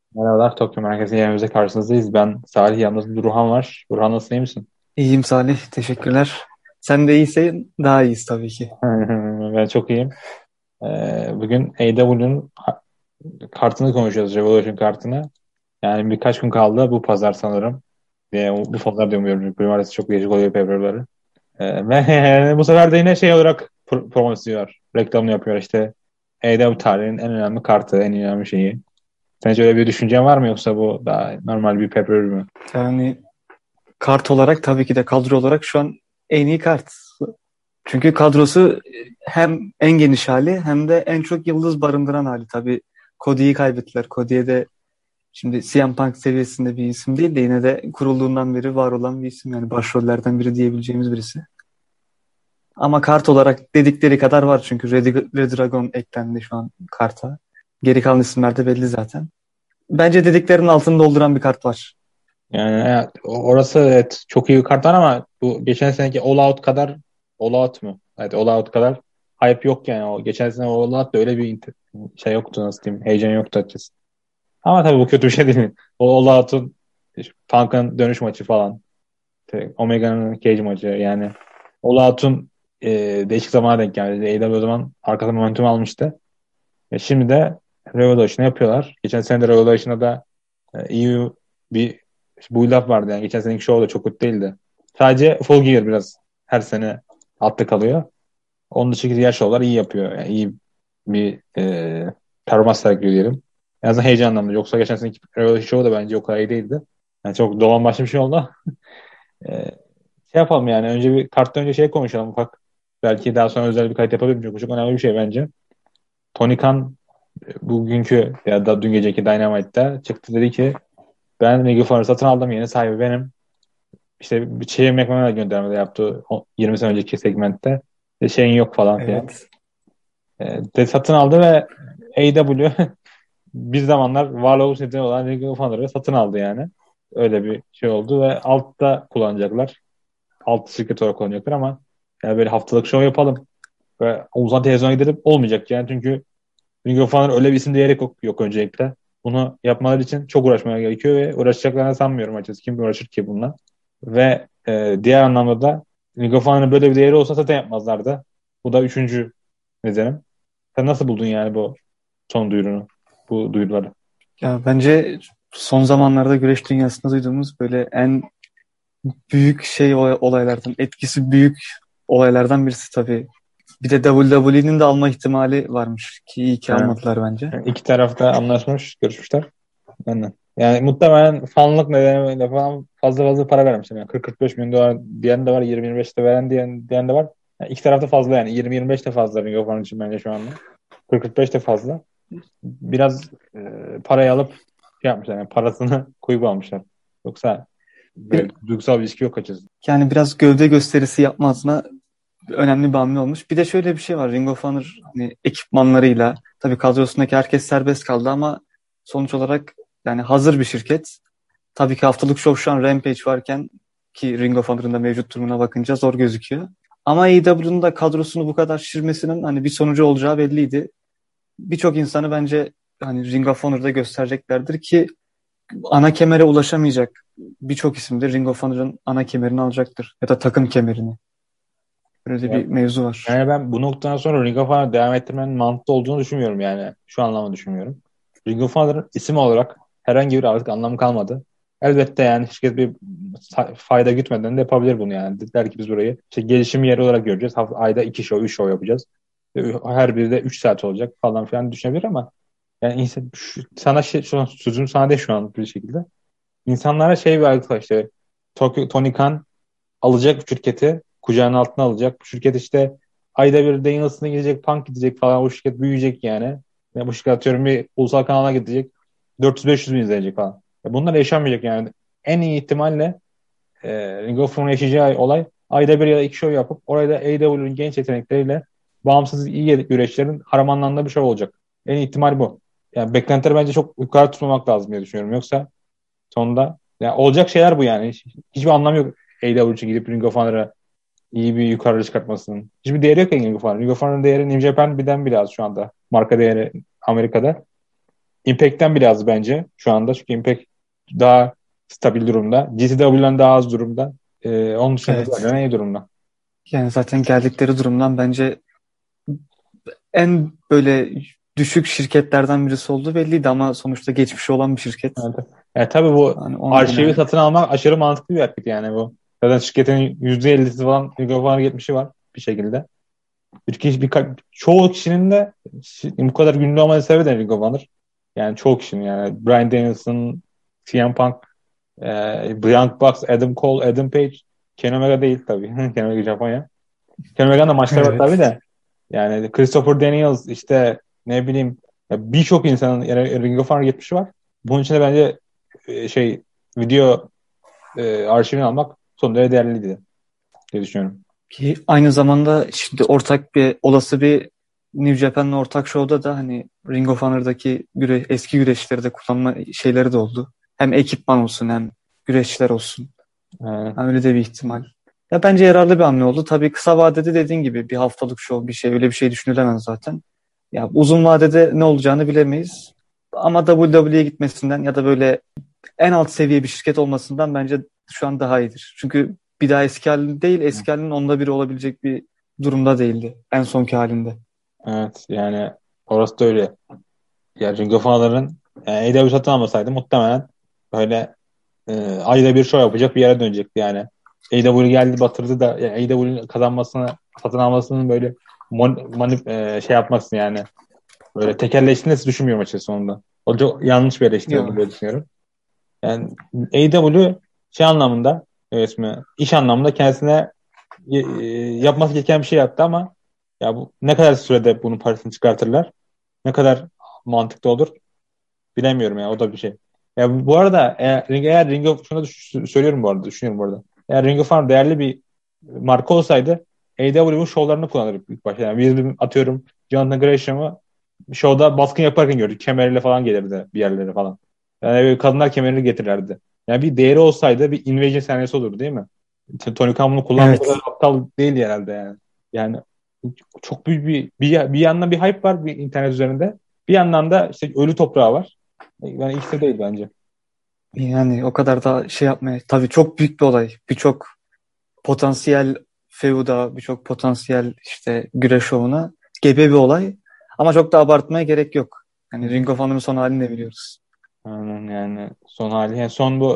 Merhabalar, Tokyo Merkezi yerimizde karşınızdayız. Ben Salih, yalnız Burhan var. Burhan, nasılsın, iyi misin? İyiyim Salih, teşekkürler. Sen de iyiysen daha iyiyiz tabii ki. Ben çok iyiyim. Bugün AEW'nun kartını konuşuyoruz, Revolution kartını. Yani birkaç gün kaldı bu pazar sanırım. Bu pazar diyorum, çünkü cumartesi çok değişik oluyor pay-per-view'ları. Ve yani bu sefer de yine şey olarak promosluyor, reklamını yapıyor işte. AEW tarihinin en önemli kartı, en önemli şeyi. Sence öyle bir düşüncen var mı, yoksa bu daha normal bir pay-per-view mü? Yani kart olarak tabii ki de kadro olarak şu an en iyi kart. Çünkü kadrosu hem en geniş hali hem de en çok yıldız barındıran hali. Tabii Cody'yi kaybettiler. Cody'ye de şimdi CM Punk seviyesinde bir isim değil de yine de kurulduğundan beri var olan bir isim. Yani başrollerden biri diyebileceğimiz birisi. Ama kart olarak dedikleri kadar var çünkü Red Dragon eklendi şu an karta. Geri kalan isimler de belli zaten. Bence dediklerinin altını dolduran bir kart var. Yani evet, orası evet çok iyi bir kartlar, ama bu geçen seneki All Out kadar, All Out mu? Evet, All Out kadar hype yok yani. O geçen sene All Out'ta öyle bir şey yoktu, nasıl diyeyim, heyecan yoktu açıkçası. Ama tabii bu kötü bir şey değil. O All Out'un işte Punk'ın dönüş maçı falan, işte Omega'nın Cage maçı, yani All Out'un değişik zamana denk geldi. AEW o zaman arkada momentum almıştı. Şimdi de Revolution'ı yapıyorlar. Geçen sene de Revolution'da da iyi bir build up vardı. Yani geçen seneki show da çok kötü değildi. Sadece Full Gear biraz her sene altta kalıyor. Onun dışındaki diğer show'lar iyi yapıyor. Yani iyi bir performans sergiliyor diyelim. En azından heyecanlandı. Yoksa geçen seneki Revolution show da bence o kadar iyi değildi. Yani çok dolan başlı bir şey oldu. E, Şey yapalım yani. Önce bir karttan önce şey konuşalım ufak. Belki daha sonra özel bir kayıt yapabilirim. Çünkü çok önemli bir şey bence. Tony Khan bugünkü ya da dün geceki Dynamite'da çıktı, dedi ki ben Ring of Honor satın aldım, yeni sahibi benim. İşte bir şey McMahon'a göndermede yaptı 20 sene önceki segmentte. Şeyin yok falan filan. Evet. De satın aldı ve AEW bir zamanlar Warlord'un nedeni olan Ring of Honor'ı satın aldı yani. Öyle bir şey oldu ve altta kullanacaklar. Alt şirket olarak kullanacaklar, ama yani böyle haftalık show yapalım ve uzun televizyona gidelim olmayacak yani, çünkü Ring of Honor öyle bir isim değeri yok öncelikle. Bunu yapmaları için çok uğraşmaya gerekiyor ve uğraşacaklarını sanmıyorum açıkçası. Kim uğraşır ki bununla? Ve diğer anlamda da Ring of Honor'ın böyle bir değeri olsa zaten yapmazlardı. Bu da üçüncü nedenim. Sen nasıl buldun yani bu son duyurunu, bu duyuruları? Ya bence son zamanlarda güreş dünyasında duyduğumuz böyle en büyük şey olaylardan, etkisi büyük olaylardan birisi tabii. Bir de WWE'nin de alma ihtimali varmış ki iyi ki Ha. almadılar bence. Yani iki taraf da anlaşmış, görüşmüşler. Aynen. Yani muhtemelen fanlık nedeniyle falan fazla fazla para vermişler. Yani 40-45 milyon dolar diyen de var, 20-25 de veren diyen de var. Yani iki tarafta fazla yani. 20-25 de fazla Ring of Honor için bence şu anda. 40-45 de fazla. Biraz parayı alıp şey yapmışlar. Yani parasını koyup almışlar. Yoksa böyle Bir, duygusal bir ilişki yok açıkçası. yani biraz gövde gösterisi yapma adına önemli bir hamle olmuş. Bir de şöyle bir şey var. Ring of Honor hani ekipmanlarıyla tabii kadrosundaki herkes serbest kaldı ama sonuç olarak yani hazır bir şirket. Tabii ki haftalık şov şu an Rampage varken ki Ring of Honor'ın da mevcut durumuna bakınca zor gözüküyor. Ama AEW'nun da kadrosunu bu kadar şişirmesinin hani bir sonucu olacağı belliydi. Birçok insanı bence hani Ring of Honor'da göstereceklerdir ki ana kemere ulaşamayacak birçok isim de Ring of Honor'ın ana kemerini alacaktır. Ya da takım kemerini. Böyle de Ya- bir mevzu var. Yani ben bu noktadan sonra Ring of Honor devam ettirmenin mantıklı olduğunu düşünmüyorum yani. Şu anlamda düşünmüyorum. Ring of Honor'ın isim olarak herhangi bir artık anlamı kalmadı. Elbette yani şirket bir fayda gütmeden de yapabilir bunu yani. Dediler ki biz burayı işte gelişim yeri olarak göreceğiz. Ayda 2 show, 3 show yapacağız. Her biri de 3 saat olacak falan filan düşünebilir, ama yani insan, sana şu an sözüm sana değil şu an bir şekilde. İnsanlara şey bir algı var işte. Tony Khan alacak bu şirketi, kucağının altına alacak. Bu şirket işte ayda bir Daniels'ına gidecek, Punk gidecek falan. Bu şirket büyüyecek yani. Ve bu şirket atıyorum bir ulusal kanala gidecek. 400-500 bin izleyecek falan. Bunlar yaşanmayacak yani. En iyi ihtimalle Ring of Honor'un yaşayacağı olay ayda bir ya da 2 show yapıp oraya da AEW'nin genç yetenekleriyle bağımsız iyi güreşlerin harmanlandığı bir şey olacak. En iyi ihtimal bu. Yani beklentileri bence çok yukarı tutmamak lazım diye düşünüyorum. Yoksa sonunda yani olacak şeyler bu yani. Hiçbir anlamı yok AEW için gidip Ring of Honor'a iyi bir yukarı çıkartmasının. Hiçbir değeri yok Ring of Honor. Ring of Honor'ın değeri New Japan birden bile az şu anda. Marka değeri Amerika'da. Impact'ten bile az bence şu anda. Çünkü Impact daha stabil durumda. GCW'den daha az durumda. Onun dışında Evet. da iyi durumda. Yani zaten geldikleri durumdan bence en böyle düşük şirketlerden birisi olduğu belliydi ama sonuçta geçmişi olan bir şirket. Evet. Yani tabii bu Yani ona arşivi rağmen satın almak aşırı mantıklı bir hareket yani bu. Zaten şirketin %50'si falan Ring 70'i var bir şekilde. Çoğu kişinin de bu kadar gündem olması sebebi de Ring of Honor. Yani çoğu kişinin yani Bryan Danielson, CM Punk, Young Bucks, Adam Cole, Adam Page, Kenny Omega değil tabii. Kenny Omega Japonya. Kenny Omega'nın da maçları var tabii evet. de. Yani Christopher Daniels işte ne bileyim ya birçok insanın yani Ring of Honor 70'i var. Bunun için de bence şey video arşivini almak son derece değerliydi diye düşünüyorum. Ki aynı zamanda şimdi ortak bir olası bir New Japan'la ortak show'da da hani Ring of Honor'daki eski güreşleri de kullanma şeyleri de oldu. Hem ekipman olsun hem güreşçiler olsun. E, Ha, öyle de bir ihtimal. Ya bence yararlı bir hamle oldu. Tabii kısa vadede dediğin gibi bir haftalık show bir şey öyle bir şey düşünülemez zaten. Ya uzun vadede ne olacağını bilemeyiz. Ama WWE'ye gitmesinden ya da böyle en alt seviye bir şirket olmasından bence şu an daha iyidir. Çünkü bir daha eski halinde değil, eski halinin onda biri olabilecek bir durumda değildi. En sonki halinde. evet yani orası da öyle. Ya Ring of Honor'ın yani AEW satın almasaydı muhtemelen böyle ayda bir show yapacak bir yere dönecekti yani. AEW geldi batırdı da yani AEW'nin kazanmasını satın almasının böyle şey yapmasın yani. Böyle tekelleştiğini hiç düşünmüyorum açıkçası sonunda. O çok yanlış bir eleştiri oldu Yok. diye düşünüyorum. Yani AEW şey anlamında ismi, iş anlamında kendisine yapması gereken bir şey yaptı ama ya bu ne kadar sürede bunun parasını çıkartırlar? Ne kadar mantıklı olur? Bilemiyorum ya o da bir şey. Ya bu arada eğer Ring of şunu söylüyorum bu arada düşünüyorum bu arada. Eğer Ring of Honor değerli bir marka olsaydı AEW'un şovlarını kullanırım ilk başta. Yani biz atıyorum Jonathan Graham'ı şovda baskın yaparken gördük. Kemeriyle falan gelirdi bir yerlere falan. Yani böyle kadınlar kemerini getirirlerdi. Yani bir değeri olsaydı bir invasion sahnesi olurdu değil mi? Tony Khan bunu kullandığı kadar Evet. aptal değil herhalde yani. Yani çok büyük bir yandan bir hype var bir internet üzerinde. Bir yandan da işte ölü toprağı var. Yani ikisi de değil bence. Yani o kadar da şey yapmaya. Tabii çok büyük bir olay. Birçok potansiyel feuda, birçok potansiyel işte güreş şovuna gebe bir olay. Ama çok da abartmaya gerek yok. Hı Yani hı. Ring of Honor'ın son halini de biliyoruz. Aynen yani son hali. Yani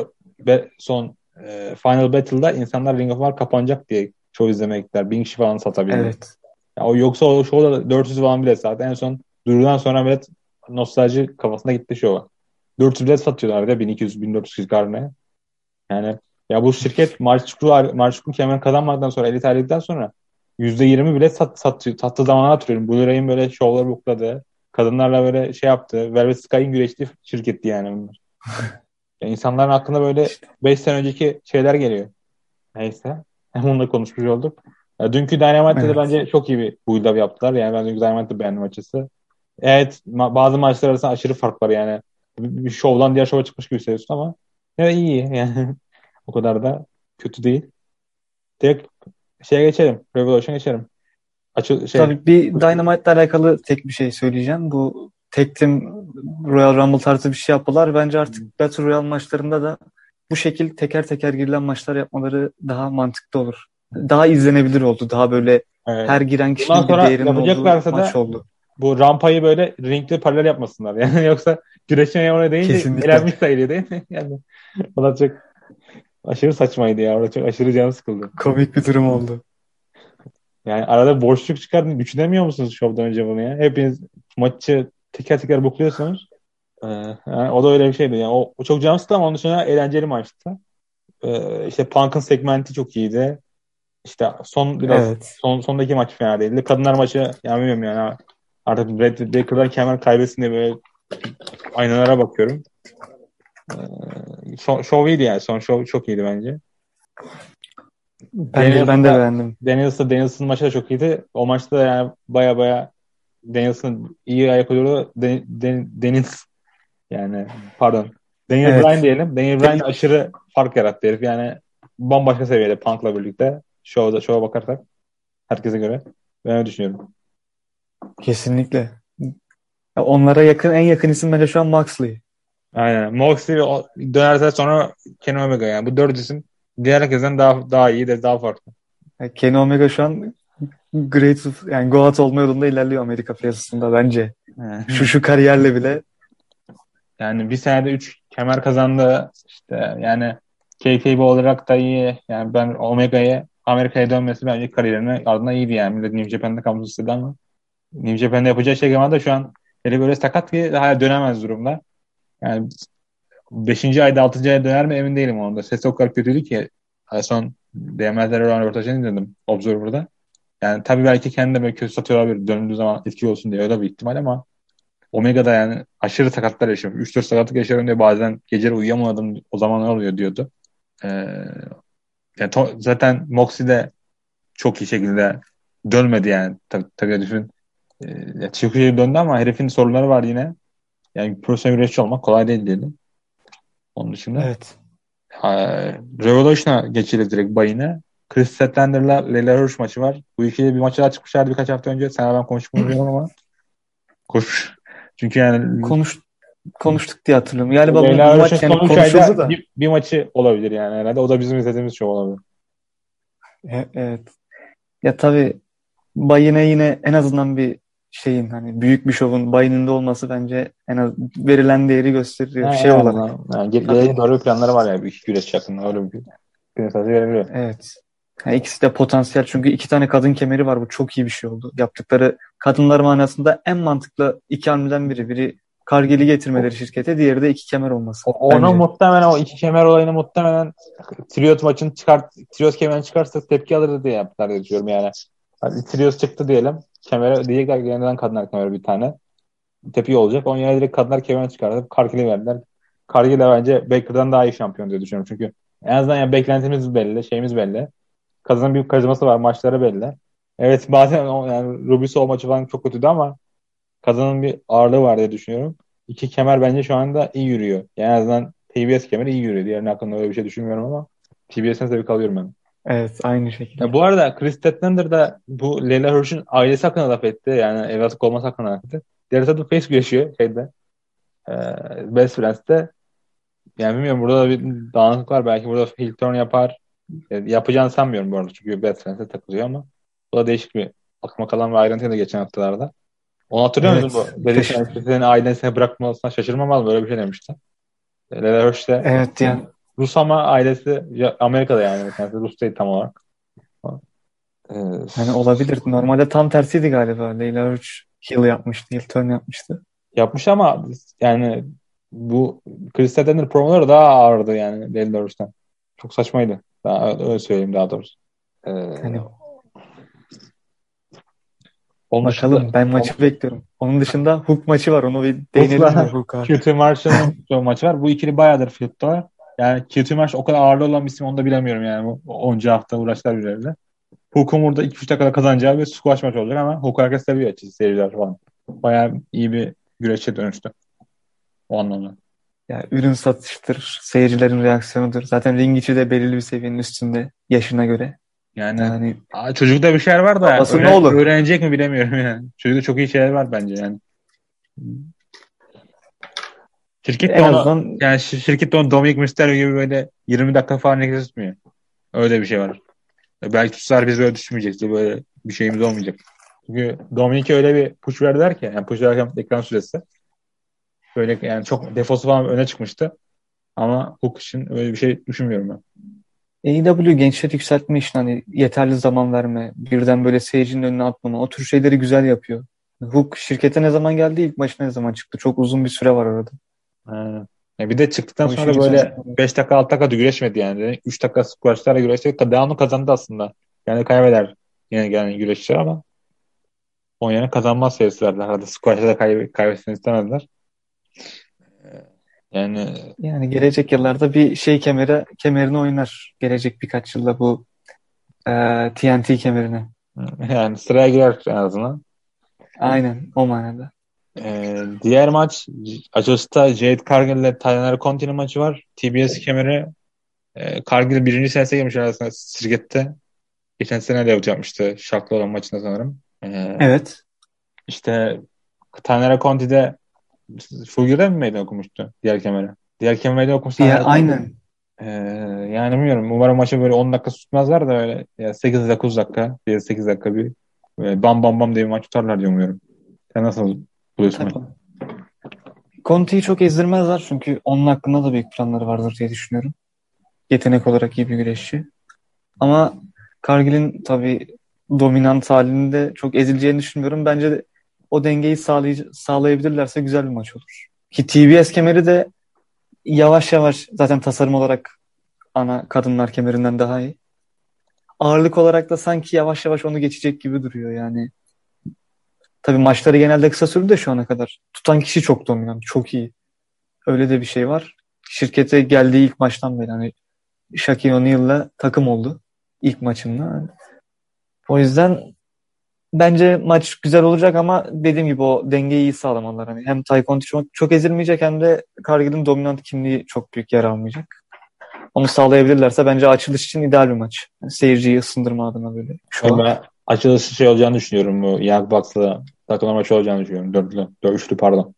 son Final Battle'da insanlar Ring of Honor kapanacak diye çoğu izlemeye gittiler. 1000 kişi falan satabildi. Evet. Ya yoksa o şovda 400 falan bile sattı. En son duyurudan sonra millet nostalji kafasına gitti şova. 400 bile satıyorlar da 1200 1400 kişi karneye. Yani ya bu şirket Marchukwu kemer kazanmadan sonra elit ayrıldıktan sonra %20 bile sattığı zamanı hatırlıyorum. Blu-ray'in böyle şovları bukladı. Kadınlarla böyle şey yaptı. Velvet Sky'in güreştiği şirketti yani bunlar. Yani insanların aklına böyle İşte, 5 sene önceki şeyler geliyor. Neyse. Onunla konuşmuş olduk. Ya, dünkü Dynamite'da da evet. bence çok iyi bir build-up yaptılar. Yani ben dünkü Dynamite'ı beğendim açıkçası. Evet bazı maçlar arasında aşırı fark var yani. Bir şovdan diğer şova çıkmış gibi hissediyorsun ama ne iyi yani. O kadar da kötü değil. Direkt şeye geçelim. Revolution'a geçelim. Açıl şey. Tabii bir Dynamite'la alakalı tek bir şey söyleyeceğim. Bu tek team Royal Rumble tarzı bir şey yaptılar. Bence artık Battle Royale maçlarında da bu şekil teker teker girilen maçlar yapmaları daha mantıklı olur. Daha izlenebilir oldu. Daha böyle Evet. her giren Bundan kişinin bir sonra değerinin olduğu yapacaklarsa maç da oldu. bu rampayı böyle ringli paralel yapmasınlar. Yani yoksa güreşen yana değil de Kesinlikle. elenmiş sayılıyor değil mi? Yani o da çok aşırı saçmaydı ya. Orada çok aşırı canı sıkıldı. Komik bir durum oldu. Yani arada boşluk çıkardığını düşünemiyor musunuz şovdan önce bunu ya? Hepiniz maçı teker teker bukluyorsunuz. Yani o da öyle bir şeydi. Yani o çok can sıktı ama onun dışında eğlenceli maçtı. İşte Punk'ın segmenti çok iyiydi. İşte Evet. sondaki maç fena değildi. Kadınlar maçı yani bilmiyorum yani artık Red Baker'dan kemer kaybetsin diye böyle aynalara bakıyorum. Şov iyiydi yani. Son şov çok iyiydi bence. Ben de beğendim. Daniels'ın maçı da çok iyiydi. O maçta da yani baya baya Daniels'ın iyi ayak uyduruyor. Daniels yani pardon. Daniel Bryan Evet. diyelim. Daniel Bryan de aşırı fark yarattı herif. Yani bambaşka seviyede Punk'la birlikte. Şova bakarsak herkese göre. Ben öyle düşünüyorum. Kesinlikle. Ya onlara yakın, en yakın isim bence şu an Moxley. Aynen. Moxley dönerse sonra Kenny Omega yani. Bu dört isim diğer herkesten daha iyi de daha farklı. Ya Kenny Omega şu an yani Goat olma yolunda ilerliyor Amerika piyasasında bence. Şu kariyerle bile. Yani bir senede 3 kemer kazandı. İşte yani kayfabe olarak da iyi. Yani ben Omega'ya Amerika'ya dönmesi bence kariyerine ardından iyiydi yani. Millet New Japan'da kalmak istedi ama New Japan'da yapacağı şey ama da şu an hele böyle sakat ki hala dönemez durumda. Yani beşinci ayda 6. ayda döner mi emin değilim onda. Sesi o kadar kötüydü ki en son DMZ'lere olan röportajını dinledim Observer'da. Yani tabii belki kendi de böyle kötü satıyor olabilir. Döndüğü zaman etkili olsun diye öyle bir ihtimal ama Omega'da yani aşırı sakatlar yaşıyorum. 3-4 sakatlık yaşıyorum diye bazen geceleri uyuyamadım o zaman ne oluyor diyordu. Ee, yani zaten Moxie de çok iyi şekilde dönmedi yani. Tabii düşün. Çok iyi döndü ama herifin sorunları var yine. Yani profesyonel güreşçi olmak kolay değil diyelim. Onun dışında. Evet. Revolution'a geçelim direkt bayine. Chris Statlander'la Leyla Hirsch maçı var. Bu ikili bir maçı daha çıkmışlardı birkaç hafta önce. Sen ben konuştuk mu bilmiyorum ama koş. Çünkü yani Konuş, konuştuk diye hatırlıyorum. Galiba bu Leyla Hirsch'in maç yani son 3 konuşuldu ayda da. bir maçı olabilir yani herhalde. O da bizim izlediğimiz şey olabilir. Evet. Ya tabii Bayine yine en azından bir şeyin hani büyük bir şovun Bayin'inde olması bence en az verilen değeri gösteriyor Ha, en şey olarak. azından yani geleceğe Tabii doğru planları var ya bir iki güreş hakkında öyle bir mesajı verebiliyor. evet. Yani ikisi de potansiyel çünkü iki tane kadın kemeri var. Bu çok iyi bir şey oldu. Yaptıkları kadınlar manasında en mantıklı iki hamleden biri. Biri Kargel'i getirmeleri şirkete, diğeri de iki kemer olması Onu bence. muhtemelen o iki kemer olayını muhtemelen Trios maçını Trios kemerini çıkarsa tepki alırdı diye yaptılar diye düşünüyorum yani. Hadi Trios çıktı diyelim. Kemere diyecekler ki yeniden kadınlar kemeri bir tane. Tepki olacak. Onun yerine direkt kadınlar kemerini çıkartıp Kargil'e verdiler. Kargil de bence Baker'dan daha iyi şampiyon diye düşünüyorum. Çünkü en azından yani beklentimiz belli, şeyimiz belli. Kadının bir karizması var, maçları belli. Evet bazen yani Rubisol maçı falan çok kötüydü ama kadının bir ağırlığı var diye düşünüyorum. İki kemer bence şu anda iyi yürüyor. Yani en azından TBS kemeri iyi yürüyor. Diğerinin hakkında öyle bir şey düşünmüyorum ama TBS'den zevk alıyorum ben. Evet, aynı şekilde. Bu arada Chris Statlander da bu Leyla Hirsch'ün ailesi hakkında laf etti. Yani evlatlık olması hakkında laf etti. Diğer tarafta Face güreşiyor şeyde. Best Friends'te. Yani bilmiyorum burada da bir dağınıklık var. Belki burada heel turn yapar. Yapacağını sanmıyorum bu arada. Çünkü Best Friends'e takılıyor ama bu da değişik bir aklıma kalan bir ayrıntıydı geçen haftalarda. Onu hatırlıyor musun Evet. bu? Dedi sen senin ailesine bırakmasına şaşırmamalı böyle bir şey demişti. Leyla Hirsch de Evet yani Rus ama ailesi Amerika'da yani. Kendisi Rus değil tam olarak. Ee, hani olabilir. Normalde tam tersiydi galiba. Leyla Urch heel yapmıştı, heel turn yapmıştı. yapmış ama yani bu Chris Statlander promoları daha ağırdı yani Leyla Hirsch'ten. Çok saçmaydı. Öyle söyleyeyim daha doğrusu. Ee, Hani onun dışında bakalım, ben maçı bekliyorum. Onun dışında Hook maçı var. Onu bir değinelim mi Hook'la Hook'a? QT Marshall'ın son maçı var. Bu ikili bayağıdır feud'dalar. Yani QT Marshall o kadar ağırlı olan bir isim onu da bilemiyorum yani. Bu 10. hafta uğraştılar birbirleriyle. Hook'un burada 2-3 dakikada kazanacağı bir squash maç olacak ama Hook herkes seviyor açıkçası seyirciler falan. Bayağı iyi bir güreşe dönüştü o anlamda. Ya ürün satıştır, seyircilerin reaksiyonudur. Zaten ring içi de belirli bir seviyenin üstünde yaşına göre. Yani Yani çocukta bir şeyler var da babası ne oğlu? öğrenecek mi bilemiyorum yani. Çocukta çok iyi şeyler var bence yani. Şirket de En onu azından yani şirket de onu Dominic Mysterio gibi böyle 20 dakika falan nefes tutmuyor. Öyle bir şey var. Belki tutsalar biz böyle düşmeyeceğiz. Böyle bir şeyimiz olmayacak. Çünkü Dominik'e öyle bir push verdiler ki yani push derken ekran süresi böyle yani çok defosu falan öne çıkmıştı. Ama Hook için öyle bir şey düşünmüyorum ben. AEW gençler yükseltme işini hani yeterli zaman verme, birden böyle seyircinin önüne atmama, o tür şeyleri güzel yapıyor. Hook şirkete ne zaman geldi, ilk maçına ne zaman çıktı? Çok uzun bir süre var arada. Aynen. Bir de çıktıktan O işi sonra da güzel. böyle 5 dakika 6 dakika da güreşmedi yani. 3 dakika squashlarla güreşti. Devamlı kazandı aslında. Yani kaybeder yine gelen güreşçiler ama o yani kazanmaz serisi verdiler. Hadi squash'ta da kaybetsin istemediler. Yani Yani gelecek yıllarda bir şey kemerini oynar. Gelecek birkaç yılda bu TNT kemerini. yani sıraya girer en azından. Aynen o manada. Diğer maç Açılışta Jade Cargill ile Taylor Conti'nin maçı var. TBS kemeri Cargill birinci senese girmiş arasında şirkette. Geçen sene de yapmıştı şartlı olan maçında sanırım. Evet. İşte Tanner Conti'de Fulger'de mi meydan okumuştu diğer kemere? Diğer kemer meydan okumuş Ya, Tanner Conti. aynen. Yani bilmiyorum. Umarım maçı böyle 10 dakika tutmazlar da öyle ya 8-9 dakika, 8 dakika bir bam bam bam diye bir maç tutarlar diye umuyorum. Sen nasıl buluyorsun maçı? Tabii. Conte'yi çok ezdirmezler çünkü onun hakkında da büyük planları vardır diye düşünüyorum. Yetenek olarak iyi bir güreşçi. Ama Cargill'in tabii dominant halinde çok ezileceğini düşünmüyorum. Bence de o dengeyi sağlayabilirlerse güzel bir maç olur. Ki TBS kemeri de yavaş yavaş zaten tasarım olarak ana kadınlar kemerinden daha iyi. Ağırlık olarak da sanki yavaş yavaş onu geçecek gibi duruyor yani. Tabii maçları genelde kısa sürdü de şu ana kadar. Tutan kişi çok dominant, çok iyi. Öyle de bir şey var. Şirkete geldiği ilk maçtan beri hani Shaquille O'Neal'la takım oldu ilk maçında. O yüzden bence maç güzel olacak ama dediğim gibi o dengeyi iyi sağlamalılar. Hani hem Ty Conti çok ezilmeyecek hem de Cargill'in dominant kimliği çok büyük yer almayacak. Onu sağlayabilirlerse bence açılış için ideal bir maç. Yani seyirciyi ısındırma adına böyle şova. Ben açılışı şey olacağını düşünüyorum. Bu Young Bucks'la takımlar maçı olacağını düşünüyorum. Üçlü pardon.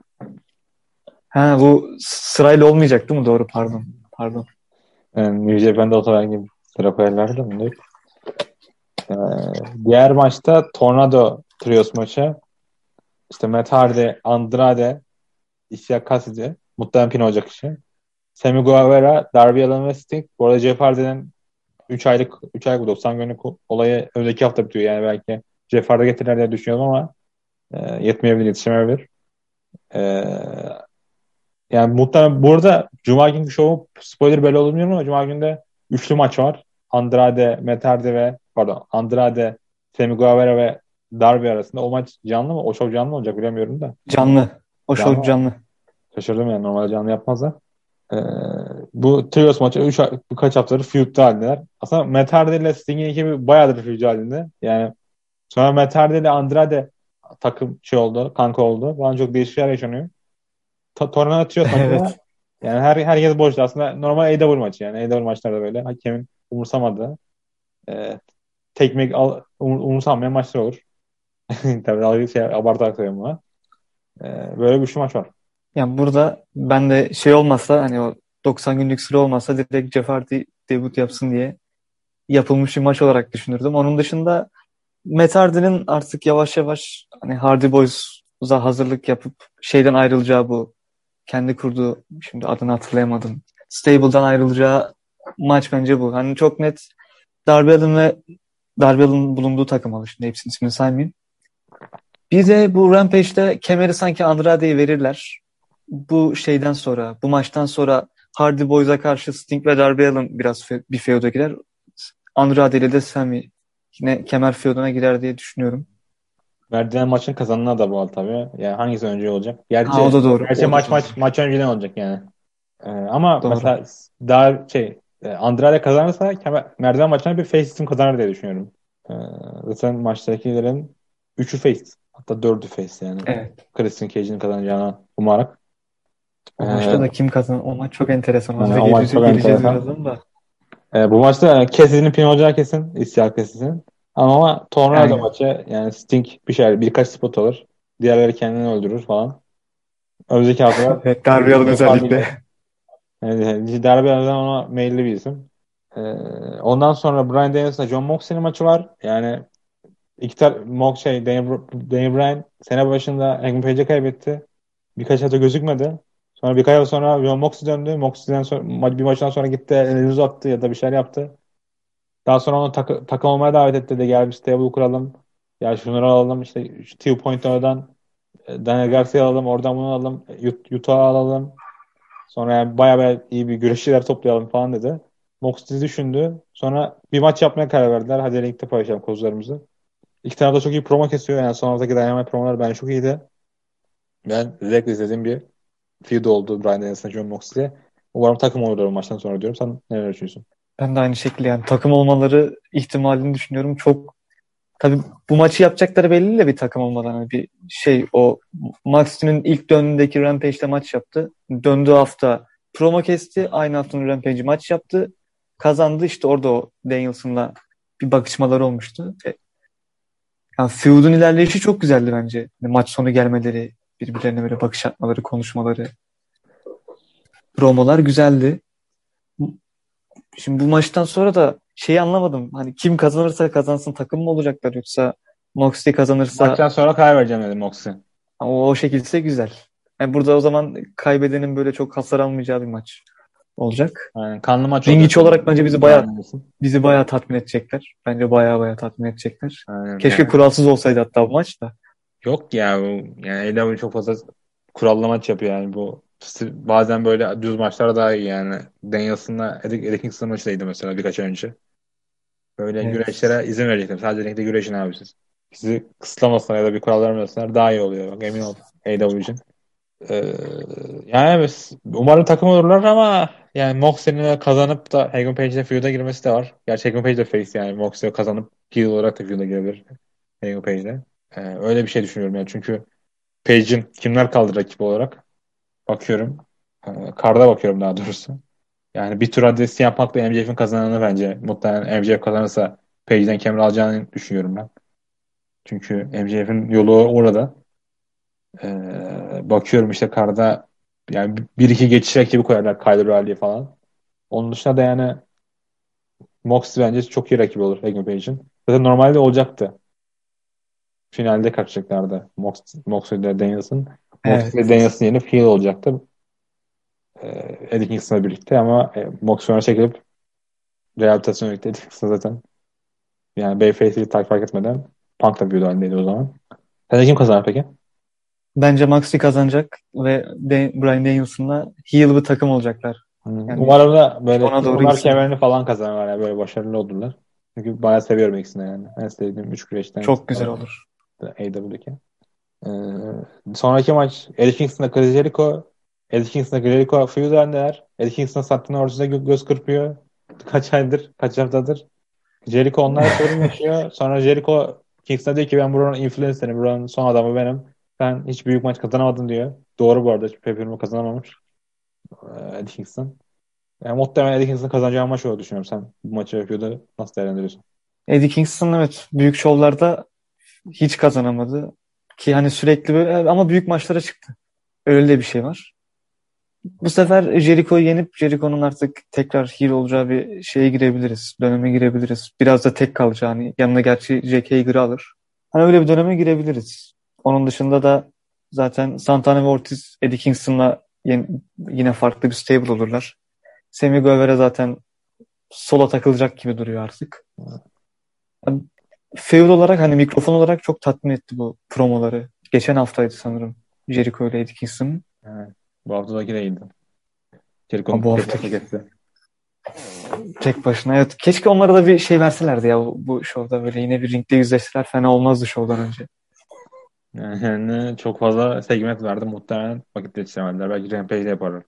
Ha, bu sırayla olmayacak değil mi? Doğru, pardon. Pardon. Yani New Japan'da otoban gibi sıra koyarlardı mı? Değil. Ee, Diğer maçta Tornado Trios maçı. İşte Matt Hardy, Andrade, Isiah Kassidy. Muhtemelen pin olacak işi. Sammy Guevara, Darby Allin ve Sting. Bu arada Jeff Hardy'nin 3 aylık 90 günlük olayı önümüzdeki hafta bitiyor. Yani belki Jeff Hardy getirirler diye düşünüyorum ama yetmeyebilir, yetişemeyebilir. E, Yani muhtemelen burada Cuma günkü şovu spoiler belli olur bilmiyorum ama Cuma günde üçlü maç var. Andrade, Matt Hardy ve Andrade, Sammy Guevara ve Darby arasında. O maç canlı mı? O şov canlı mı olacak bilemiyorum da. Canlı. O Canlı show mı? canlı. Şaşırdım yani. Normalde canlı yapmazlar. Ee, Bu Trios maçı birkaç haftadır feud'da halindeler. Aslında Matt Hardy ile Sting'in ekibi bayağıdır feud halinde. Yani sonra Matt Hardy ile Andrade takım şey oldu, kanka oldu. Bana çok değişik şeyler yaşanıyor. Tornado Trios maçı da Evet. yani herkes boştu. Aslında normal AEW maçı yani. AEW maçlarda böyle hakemin umursamadığı e, tekmek umursanmayan maçlar olur. Tabii abartarak söylüyorum buna. Böyle bir şu maç var. Yani burada ben de şey olmasa hani o 90 günlük süre olmasa direkt Jeff Hardy debut yapsın diye yapılmış bir maç olarak düşünürdüm. Onun dışında Matt Hardy'nin artık yavaş yavaş hani Hardy Boys'a hazırlık yapıp şeyden ayrılacağı bu kendi kurduğu şimdi adını hatırlayamadım. Stable'dan ayrılacağı maç bence bu. Hani çok net Darby Allin ve Darby Allin'in bulunduğu takım alır. Şimdi hepsinin ismini saymayayım. Bir de bu Rampage'de kemeri sanki Andrade'ye verirler. Bu şeyden sonra, bu maçtan sonra Hardy Boys'a karşı Sting ve Darby Allin biraz bir feud'a girer. Andrade ile de Sami yine kemer feud'una girer diye düşünüyorum. Verdiğin maçın kazananı da bu arada tabii. Yani hangisi önce olacak? Ha, o Gerçi da doğru. gerçi O da doğru. maç önceden olacak yani. Ama Doğru. mesela daha Andrade kazanırsa merdiven maçına bir face isim kazanır diye düşünüyorum. Ee, Zaten maçtakilerin 3'ü face. Hatta 4'ü face yani. Evet. Christian Cage'in kazanacağını umarak. O maçta da Ee, kim kazanır? O maç çok enteresan olacak. O maç çok Geleceğiz enteresan. birazdan da. Bu maçta yani Cassidy'nin pin olacağı kesin. İsyan Cassidy'nin. Ama Tornado Aynen. maçı yani Sting birkaç spot alır. Diğerleri kendini öldürür falan. Önümüzdeki hafta Evet, Darby Allin Jeff Hardy özellikle. gelir. Yani Darby Allin ona meyilli bir isim. Ee, Ondan sonra Bryan Daniels'la John Moxley'nin maçı var. Yani Daniel Bryan sene başında Hangman Page'e kaybetti. Birkaç hafta gözükmedi. Sonra birkaç hafta sonra John Moxley döndü. Moxley'den sonra bir maçtan sonra gitti elini uzattı ya da bir şeyler yaptı. Daha sonra onu takım olmaya davet etti de gel bir stable kuralım. Ya şunları alalım işte Steve Pointer'dan Daniel Garcia alalım. Oradan bunu alalım. Utah alalım. Sonra yani bayağı iyi bir güreşçiler toplayalım falan dedi. Moxley düşündü. Sonra bir maç yapmaya karar verdiler. Hadi linkte paylaşalım kozlarımızı. İki taraf da çok iyi promo kesiyor. Yani son haftaki Dynamite promolar bence çok iyiydi. Ben zevkle izlediğim bir feud oldu Bryan Danielson, John Moxley. Umarım takım olurlar o maçtan sonra diyorum. Sen neler düşünüyorsun? Ben de aynı şekilde yani takım olmaları ihtimalini düşünüyorum. Çok tabii bu maçı yapacakları belli de bir takım olmadan hani bir şey o Moxley'nin ilk döndüğündeki Rampage'de maç yaptı. Döndüğü hafta promo kesti. Aynı haftanın Rampage'i maç yaptı. Kazandı işte orada o Danielson'la bir bakışmaları olmuştu. Yani feud'un ilerleyişi çok güzeldi bence. Yani maç sonu gelmeleri. Birbirlerine böyle bakış atmaları, konuşmaları, promolar güzeldi. Şimdi bu maçtan sonra da şeyi anlamadım. Hani kim kazanırsa kazansın takım mı olacaklar yoksa Moxley kazanırsa Maçtan sonra kaybedeceğim dedim Moxley. o şekilse güzel. Yani burada o zaman kaybedenin böyle çok hasar almayacağı bir maç olacak. Yani kanlı maç Ring olacak. içi olarak bence bizi bayağı Aynen. tatmin edecekler. Bence bayağı tatmin edecekler. Aynen. Keşke Yani kuralsız olsaydı hatta bu maç da. yok ya yani AEW çok fazla kurallı maç yapıyor yani bu bazen böyle düz maçlar daha iyi yani. Danielson'la Eddie Kingston maçıydı mesela birkaç ay önce. Böyle Evet. güreşlere izin verecektim. Sadece ringde güreşin abi siz. Sizi kısıtlamasınlar ya da bir kural vermesinler daha iyi oluyor. Bak emin ol AEW için. Ee, yani evet, umarım takım olurlar ama yani Moxley'nin kazanıp da Hangman Page'le feud'a girmesi de var. Gerçi Hangman Page de face yani Moxley kazanıp heel olarak da feud'a girebilir Hangman Page'le. Öyle bir şey düşünüyorum yani çünkü Page'in kimler kaldı rakip olarak bakıyorum. Karda bakıyorum daha doğrusu. Yani bir tur adresi yapmakla MJF'in kazananı bence. Muhtemelen MJF kazanırsa Page'den kemer alacağını düşünüyorum ben. Çünkü MJF'in yolu orada. Bakıyorum işte karda yani bir iki geçiş rakibi koyarlar Kyle O'Reilly falan. Onun dışında da yani Mox bence çok iyi rakibi olur Hangman Page'in. Zaten normalde olacaktı. Finalde kaçacaklardı. Mox ile Danielson. Mox ile Evet. Danielson yenip heel olacaktı. Eddie Kingston'la birlikte ama Mox sonra çekilip rehabilitasyon yönelikti. Eddie Kingston zaten yani Babyface'i takip fark etmeden Punk'la bir halindeydi o zaman. Sence kim kazanır peki? Bence Moxley kazanacak ve Bryan Danielson'la heel bir takım olacaklar. Yani Umarım da böyle ona doğru Kızıllar gitsin. kemerini falan kazanırlar yani böyle başarılı olurlar. Çünkü bayağı seviyorum ikisini yani. En sevdiğim 3 güreşten Çok güzel olur. AEW'deki. Sonraki maç Eddie Kingston'la Chris Jericho. Eddie Kingston'la Jericho feud halindeler. Eddie Kingston sattığının ortasında göz kırpıyor. Kaç aydır, kaç haftadır. Jericho onlarla sorun yaşıyor. Sonra Jericho Kingston'a diyor ki ben buranın influencer'ım. Buranın son adamı benim. Ben hiç büyük maç kazanamadım diyor. Doğru bu arada. Hiç pay-per-view kazanamamış. Eddie Kingston. Yani muhtemelen Eddie Kingston kazanacağı maç olduğunu düşünüyorum. Sen bu maçı yapıyordu. Nasıl değerlendiriyorsun? Eddie Kingston evet büyük şovlarda hiç kazanamadı. Ki hani sürekli böyle ama büyük maçlara çıktı. Öyle de bir şey var. Bu sefer Jericho'yu yenip Jericho'nun artık tekrar heel olacağı bir şeye girebiliriz. Döneme girebiliriz. Biraz da tek kalacağını. Yanına gerçi Jack Hager'ı alır. Hani öyle bir döneme girebiliriz. Onun dışında da zaten Santana ve Ortiz Eddie Kingston'la yine farklı bir stable olurlar. Sammy Guevara zaten sola takılacak gibi duruyor artık. Yani feud olarak hani mikrofon olarak çok tatmin etti bu promoları. Geçen haftaydı sanırım Jericho ile Eddie Kingston. Evet. Bu haftadaki de iyiydi. Ama Jericho'nun bu tek hafta başına kesti. tek başına. Evet. Keşke onlara da bir şey verselerdi ya bu şovda böyle yine bir ringde yüzleşseler fena olmazdı şovdan önce. Yani çok fazla segment verdi. Muhtemelen vakit yetiştiremediler. Belki Rampage'de yaparlar.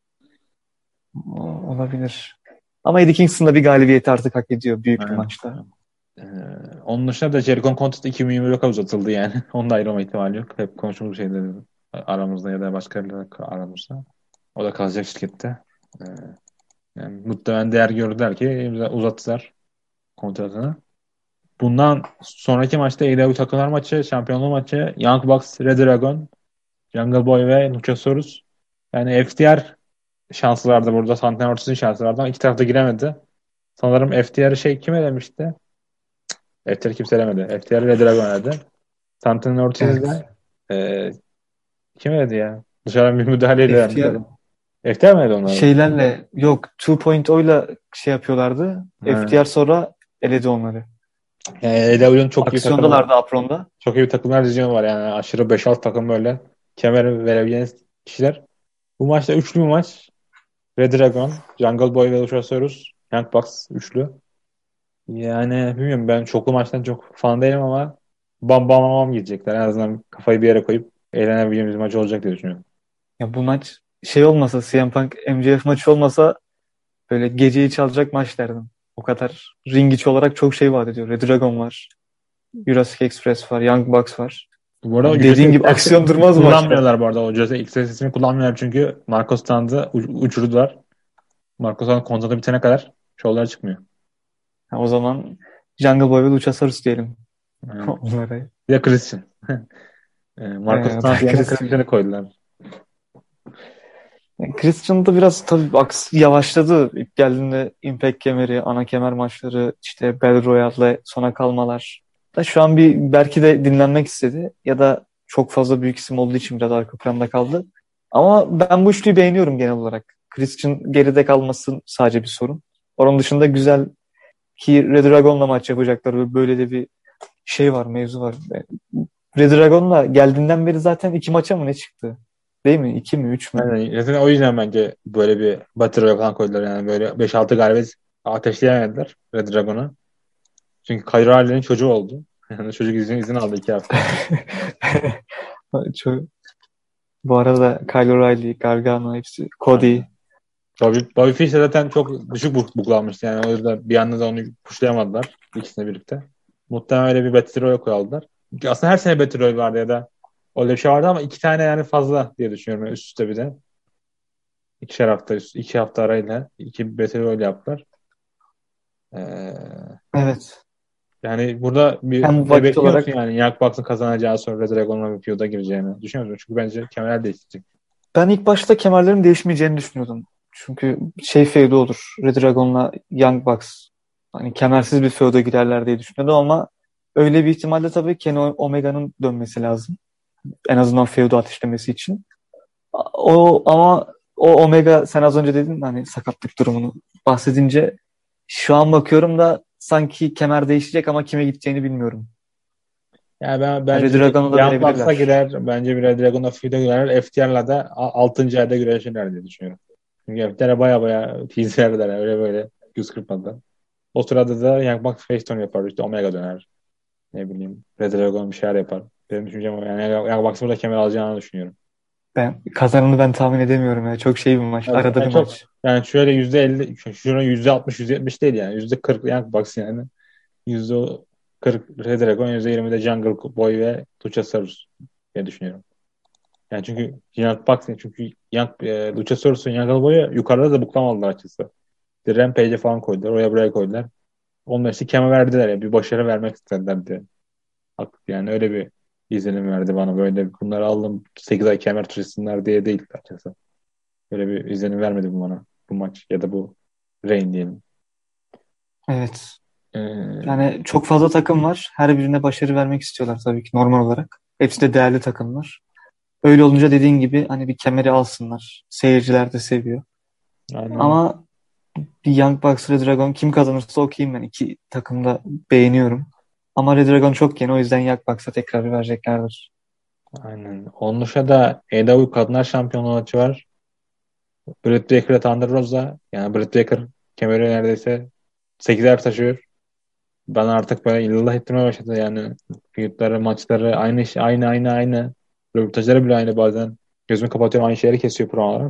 Olabilir. Ama Eddie Kingston da bir galibiyeti artık hak ediyor büyük bir Aynen. maçta. Ee, onun dışında da Jericho Contest 2024'a uzatıldı yani. Onun da ayrılma ihtimali yok. Hep konuştuğumuz şeyleri aramızda ya da başkalarıyla aramızda. O da kalacak şirkette. Ee, yani muhtemelen değer gördüler ki uzattılar kontratını. Bundan sonraki maçta AEW takımlar maçı, şampiyonluğu maçı, Young Bucks, Red Dragon, Jungle Boy ve Luchasaurus. Yani FTR şansı vardı burada. Santana Ortiz'in şansı vardı ama iki tarafta giremedi. Sanırım FTR'ı kim elemişti? FTR kimse elemedi. FTR Red Dragon eledi. Santana Ortiz'i Evet. de e, kim eledi ya? Dışarıdan bir müdahaleyle elendi FTR zaten. FTR mi eledi onları? şeylerle yok 2.0'la şey yapıyorlardı. Ha. FTR sonra eledi onları. Yani AEW'nin çok iyi takımlar. Aksiyondalardı Apron'da. Çok iyi bir takımlar dizisyonu var yani. Aşırı 5-6 takım böyle kemer verebilen kişiler. Bu maçta üçlü bir maç. Red Dragon, Jungle Boy ve Luchasaurus, Young Bucks üçlü. Yani bilmiyorum ben çoklu maçtan çok fan değilim ama bam bam bam gidecekler. En azından kafayı bir yere koyup eğlenebileceğimiz bir maç olacak diye düşünüyorum. Ya bu maç şey olmasa CM Punk MJF maçı olmasa böyle geceyi çalacak maç derdim. O kadar ring içi olarak çok şey vaat ediyor. Red Dragon var. Jurassic Express var. Young Bucks var. Bu arada o Hani dediğin Jose gibi aksiyon durmaz bu maçta. kullanmıyorlar bu arada. O Jose X ismini kullanmıyorlar çünkü Marcos Tanz'ı uçurdular. Marcos Tanz kontratı bitene kadar şovlara çıkmıyor. Ha, o zaman Jungle Boy ve Luchasaurus diyelim Yani onlara. bir de Christian. Marcos Stunt yerine Christian. Christian'ı koydular. Christian da biraz tabii yavaşladı. İlk geldiğinde Impact kemeri, ana kemer maçları, işte Battle Royale'le sona kalmalar. Da şu an bir belki de dinlenmek istedi ya da çok fazla büyük isim olduğu için biraz arka planda kaldı. Ama ben bu üçlüyü beğeniyorum genel olarak. Christian geride kalması sadece bir sorun. Onun dışında güzel ki Red Dragon'la maç yapacaklar. Böyle de bir şey var, mevzu var. Red Dragon'la geldiğinden beri zaten 2 maça mı ne çıktı? Değil mi? 2 mi? 3 mü? Yani zaten o yüzden bence böyle bir Battle Royale falan koydular yani böyle 5-6 galibiyet ateşleyemediler Red Dragon'a. Çünkü Kyle O'Reilly'nin çocuğu oldu. Yani çocuk izin aldı 2 hafta. Çok, bu arada Kyle O'Reilly, Gargano hepsi, Cody. Aynen. Bobby Fish de zaten çok düşük buklanmıştı yani o yüzden bir anda da onu pushlayamadılar ikisini birlikte. Muhtemelen öyle bir Battle Royale koyaldılar. Aslında her sene Battle Royale vardı ya da öyle bir şey vardı ama 2 tane yani fazla diye düşünüyorum yani üst üste bir de. 2 hafta arayla 2 Battle Royale yaptılar. Ee, Evet. Yani burada bir Hem şey vakit bekliyor musun olarak yani Young Bucks'ın kazanacağı sonra Red Dragon'la bir feud'a gireceğini düşünüyor musun? Çünkü bence kemerler değişecek. ben ilk başta kemerlerin değişmeyeceğini düşünüyordum. Çünkü şey feudu olur. Red Dragon'la Young Bucks. Hani kemersiz bir feud'a girerler diye düşünüyordum ama öyle bir ihtimalle tabii Kenny Omega'nın dönmesi lazım. En azından feud'u ateşlemesi için. Ama o Omega sen az önce dedin hani sakatlık durumunu bahsedince şu an bakıyorum da sanki kemer değişecek ama kime gideceğini bilmiyorum. Yani Red bence bir Dragon'a da Young Bucks'a verebilirler. girer. Bence bir Red Dragon'la feud'a girer. FTR'la da 6. ayda güreşirler diye düşünüyorum. Çünkü FTR'e baya tease verdiler. Yani öyle böyle göz kırpmadı. O sırada da Young Bucks face turn yapar. İşte Omega döner. Ne bileyim. Red Dragon bir şeyler yapar. Benim düşüncem o. Yani Young Bucks'ın burada kemer alacağını düşünüyorum. Kazananı ben tahmin edemiyorum ya. Çok şey bir maç. Evet, Arada yani bir çok maç. yani şöyle %50 şuna %60 %70 değil yani %40 Young Bucks yani %40 Red Dragon %20 de Jungle Boy ve Luchasaurus diye düşünüyorum. Yani çünkü Young Bucks çünkü Luchasaurus'un Jungle Boy'u yukarıda da buklamadılar açıkçası. Bir Rampage'e falan koydular. Oraya buraya koydular. Onlar işte keme verdiler ya bir başarı vermek istediler diye. Yani öyle bir izlenim verdi bana böyle bunları aldım 8 ay kemer taşısınlar diye değil açıkçası. Böyle bir izlenim vermedi bu bana bu maç ya da bu Reign diyelim. Evet. Ee, Yani çok fazla takım var. Her birine başarı vermek istiyorlar tabii ki normal olarak. Hepsi de değerli takımlar. Öyle olunca dediğin gibi hani bir kemeri alsınlar. Seyirciler de seviyor. aynen. Ama bir Young Bucks, Red Dragon kim kazanırsa okeyim ben. İki takım da beğeniyorum. Ama Red Dragon çok yeni o yüzden Young Bucks'a tekrar vereceklerdir. Aynen. Onun dışında da AEW Kadınlar Şampiyonluğu maçı var. Britt Baker'la Thunder Rosa. Yani Britt Baker kemeri neredeyse 8'er taşıyor. Ben artık böyle illallah ettirmeye başladı yani. Fiyatları, maçları aynı aynı. Röportajları bile aynı bazen. Gözümü kapatıyorum aynı şeyleri kesiyor provalar.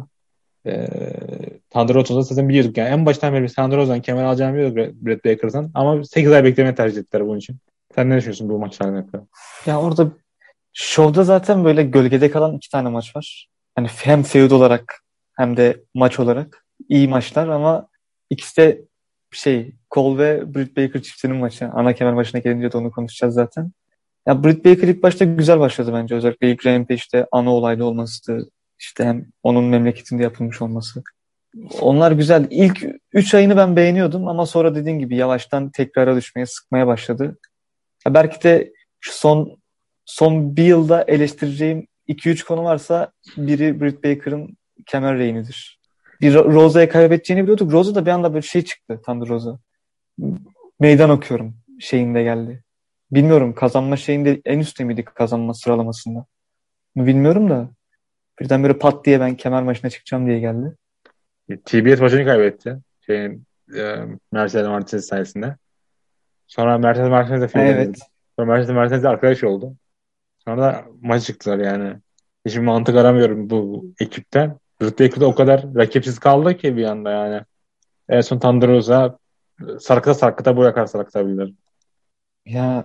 Thunder Rosa'da zaten biliyorduk yani. En baştan beri biz Thunder Rosa'nın kemer alacağını biliyorduk Britt Baker'dan. Ama 8 ay beklemeyi tercih ettiler bunun için. Sen ne düşünüyorsun bu maçlarla alakalı? Ya orada şovda zaten böyle gölgede kalan 2 tane maç var. Hani hem feud olarak hem de maç olarak iyi maçlar ama ikisi de Cole ve Britt Baker çiftinin maçı. Ana kemer maçına gelince de onu konuşacağız zaten. Ya Britt Baker ilk başta güzel başladı bence. Özellikle ilk Rampage'de ana olaylı olması, işte hem onun memleketinde yapılmış olması. Onlar güzel. İlk 3 ayını ben beğeniyordum ama sonra dediğin gibi yavaştan tekrara düşmeye, sıkmaya başladı. Ya belki de şu son bir yılda eleştireceğim 2-3 konu varsa biri Britt Baker'ın kemer reignidir. Bir Rosa'ya kaybedeceğini biliyorduk. Rosa da bir anda böyle şey çıktı. Thunder Rosa. Meydan okuyorum şeyinde geldi. Bilmiyorum kazanma şeyinde en üstte miydi kazanma sıralamasında? Bilmiyorum da birdenbire pat diye ben kemer maçına çıkacağım diye geldi. TBS maçını kaybetti. Mercedes Martinez sayesinde. Sonra Mercedes Martinez'le feud'a girdi. Evet. Sonra Mercedes Martinez'le arkadaş oldu. Sonra da maç çıktılar yani. Hiçbir mantık aramıyorum bu ekipten. Britt Baker'da o kadar rakipsiz kaldı ki bir anda yani. En son Thunder Rosa sarkıta bu yakar sarkıtabilir. Ya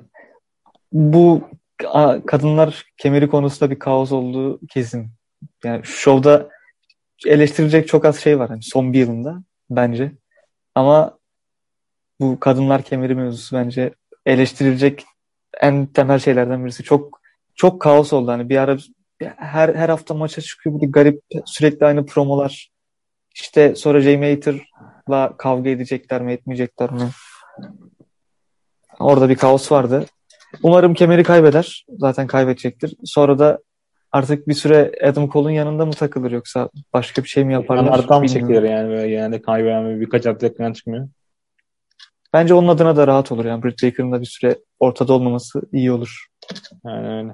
bu kadınlar kemeri konusunda bir kaos olduğu kesin. Yani şu şovda eleştirilecek çok az şey var hani son bir yılında bence. Ama bu kadınlar kemeri mevzusu bence eleştirilecek en temel şeylerden birisi. Çok çok kaos oldu. Hani bir ara her hafta maça çıkıyor, bir garip sürekli aynı promolar. İşte sonra Jay Mater'la kavga edecekler mi etmeyecekler mi? Orada bir kaos vardı. Umarım kemeri kaybeder. Zaten kaybedecektir. Sonra da artık bir süre Adam Cole'un yanında mı takılır yoksa başka bir şey mi yaparlar Yanlardan mı çekilir bilmiyorum. yani, böyle genelde kaybeden birkaç hafta ekran çıkmıyor. Bence onun adına da rahat olur. Yani Britt Baker'ın da bir süre ortada olmaması iyi olur. Yani öyle.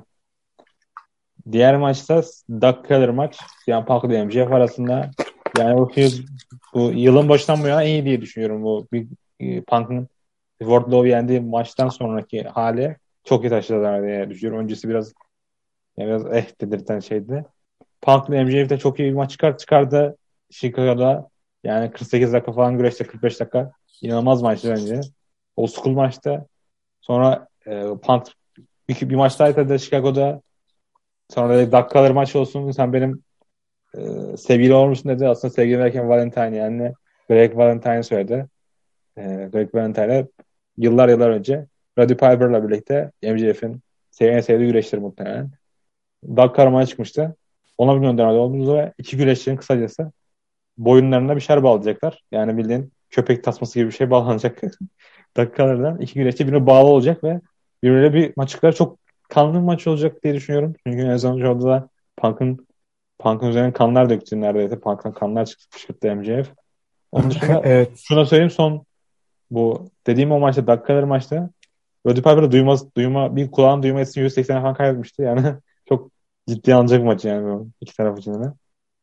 Diğer maçta Doug Keller maç. Yani Punk ile MJF arasında. Yani bu yılın başından bu yana iyi diye düşünüyorum. Bu bir Punk'ın Wardlow'u yendiği maçtan sonraki hali çok iyi taşıdılar diye düşünüyorum. Öncesi biraz dedirten şeydi. Punk ile MJF de çok iyi bir maç çıkardı Chicago'da. Yani 48 dakika falan güreşte, 45 dakika. İnanılmaz maçtı bence. Old school maçta. Sonra Punk bir maç daha da Chicago'da. Sonra dedi dakikalar maç olsun. Sen benim sevgili olmuşsun dedi. Aslında sevgili derken Valentine, yani Greg Valentine söyledi. Greg Valentine yıllar önce Roddy Piper'la birlikte MJF'in en sevdiği güreşleri muhtemelen. Doug Carman'a çıkmıştı. Ona bir gönderme oldu ve iki güreşçinin kısacası boyunlarına bir şer bağlayacaklar. Yani bildiğin köpek tasması gibi bir şey bağlanacak. Dakikalardan iki güreşçi birbirine bağlı olacak ve birbirine bir maçlıklar, çok kanlı bir maç olacak diye düşünüyorum. Çünkü en son orada da Punk'ın üzerine kanlar döktü neredeyse. Punk'tan kanlar çıktı, fışkırttı MJF. Onun dışında Evet. şuna söyleyeyim, bu dediğim o maçta, dakikaları maçta Roddy Piper'da bir kulağın duyma etkisini 180 falan kaybetmişti. Yani çok ciddi alınacak bir maç yani bu iki taraf için de.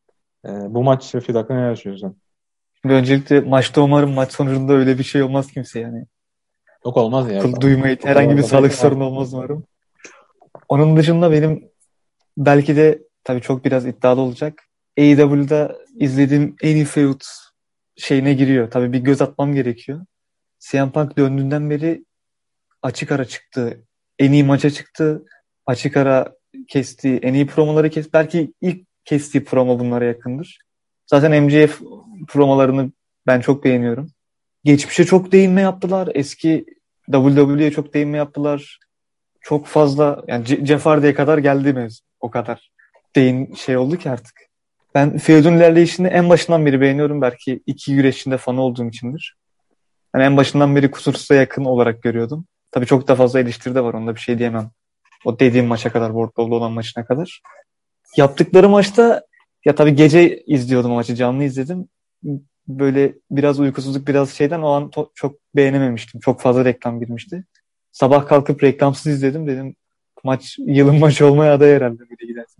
Bu maç ve Fil hakkında neler düşünüyorsun? Şimdi öncelikle maçta umarım maç sonucunda öyle bir şey olmaz kimse yani. Yok, olmaz ya. Duymayı O kadar herhangi bir zaten sağlık ihtimal. sorunu olmaz umarım. Onun dışında benim belki de tabii çok biraz iddialı olacak. AEW'da izlediğim en iyi feud şeyine giriyor. Tabii bir göz atmam gerekiyor. CM Punk döndüğünden beri açık ara çıktı. En iyi maça çıktı. Açık ara kesti. En iyi promoları kesti. Belki ilk kestiği promo bunlara yakındır. Zaten MJF promolarını ben çok beğeniyorum. Geçmişe çok değinme yaptılar. Eski WWE'ye çok değinme yaptılar. Çok fazla yani Jeff Hardy'ye kadar geldi mevzu. O kadar şey oldu ki artık. Ben feud'un ilerleyişini en başından beri beğeniyorum. Belki iki güreşinde fanı olduğum içindir. Yani en başından beri kusursuza yakın olarak görüyordum. Tabii çok da fazla eleştiri de var. Onda bir şey diyemem. O dediğim maça kadar, Wardlow'da olan maçına kadar. Yaptıkları maçta ya tabii gece izliyordum o maçı. Canlı izledim. Böyle biraz uykusuzluk, biraz şeyden o an çok beğenememiştim. Çok fazla reklam girmişti. Sabah kalkıp reklamsız izledim. Dedim maç yılın maçı olmaya aday herhalde böyle giderse.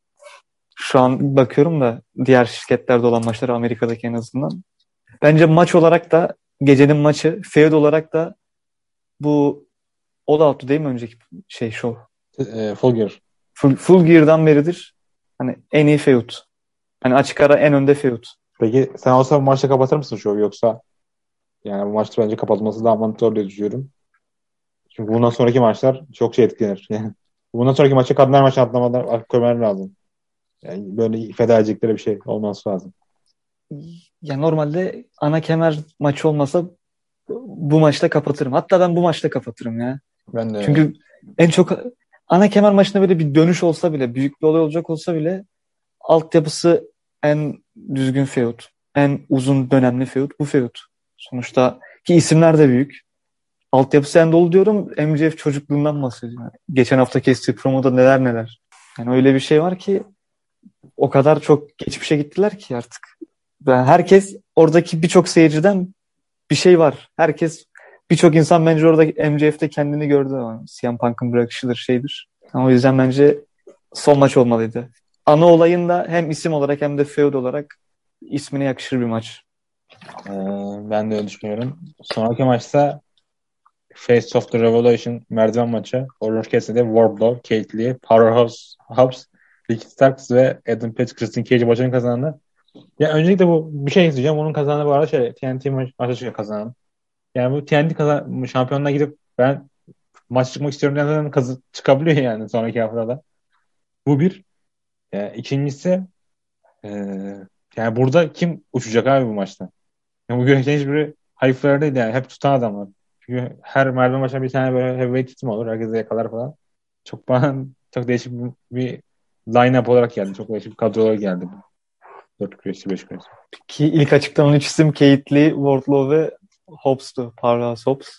Şu an bakıyorum da diğer şirketlerde olan maçları Amerika'daki en azından. Bence maç olarak da gecenin maçı, feud olarak da bu All Out'tu değil mi önceki show? Full Gear. Full Gear'dan beridir. Hani en iyi feud. Hani açık ara en önde feud. Peki sen olsa bu maçta kapatır mısın şovu, yoksa yani bu maçta bence kapatılması daha mantıklı diye düşünüyorum. Çünkü bundan sonraki maçlar çok etkilenir. Yani bundan sonraki maça kadınlar maçı atlamadan koymaları lazım. Yani böyle feda edecekleri bir şey olması lazım. Ya normalde ana kemer maçı olmasa bu maçta kapatırım. Hatta ben bu maçta kapatırım ya. Ben de öyle. Çünkü en çok ana kemer maçında böyle bir dönüş olsa bile, büyük bir olay olacak olsa bile altyapısı en düzgün feud. En uzun dönemli feud bu feud. Sonuçta ki isimler de büyük. Altyapısı en dolu diyorum. MJF çocukluğundan bahsediyor. Yani geçen hafta kestiği promoda neler neler. Yani öyle bir şey var ki o kadar çok geçmişe gittiler ki artık. Yani herkes oradaki birçok seyirciden bir şey var. Birçok insan bence orada MJF'te kendini gördü. Yani CM Punk'ın bırakışıdır şeydir. Yani o yüzden bence son maç olmalıydı. Ana olayın da hem isim olarak hem de feud olarak ismine yakışır bir maç. Ee, Ben de öyle düşünüyorum. Sonraki maçta Face of the Revolution merdiven maçı. Orange Cassidy, Wardlow, Keith Lee, Powerhouse Hobbs, Ricky Starks ve Adam Page, Christian Cage maçını kazandı. Ya öncelikle bir şey isteyeceğim. Onun kazandığı bu arada TNT maçı çıkıyor kazanan. Yani bu TNT şampiyonuna gidip ben maç çıkmak istiyorum diyen zaten çıkabiliyor yani sonraki haftada. Bu bir. İkincisi, e, yani burada kim uçacak abi bu maçta? Yani bu güreşlerin hiçbiri high flyer değil yani. Hep tutan adamlar. Çünkü her merdiven başına bir tane böyle heavyweight isim olur. Herkese yakalar falan. Çok bana çok değişik bir line-up olarak geldi. Çok değişik bir kadro olarak geldi. 4 güreşçi, 5 güreşçi. Ki ilk açıklanan 3 isim Kate Lee, Wardlow ve Hobbs'tu. Powerhouse Hobbs.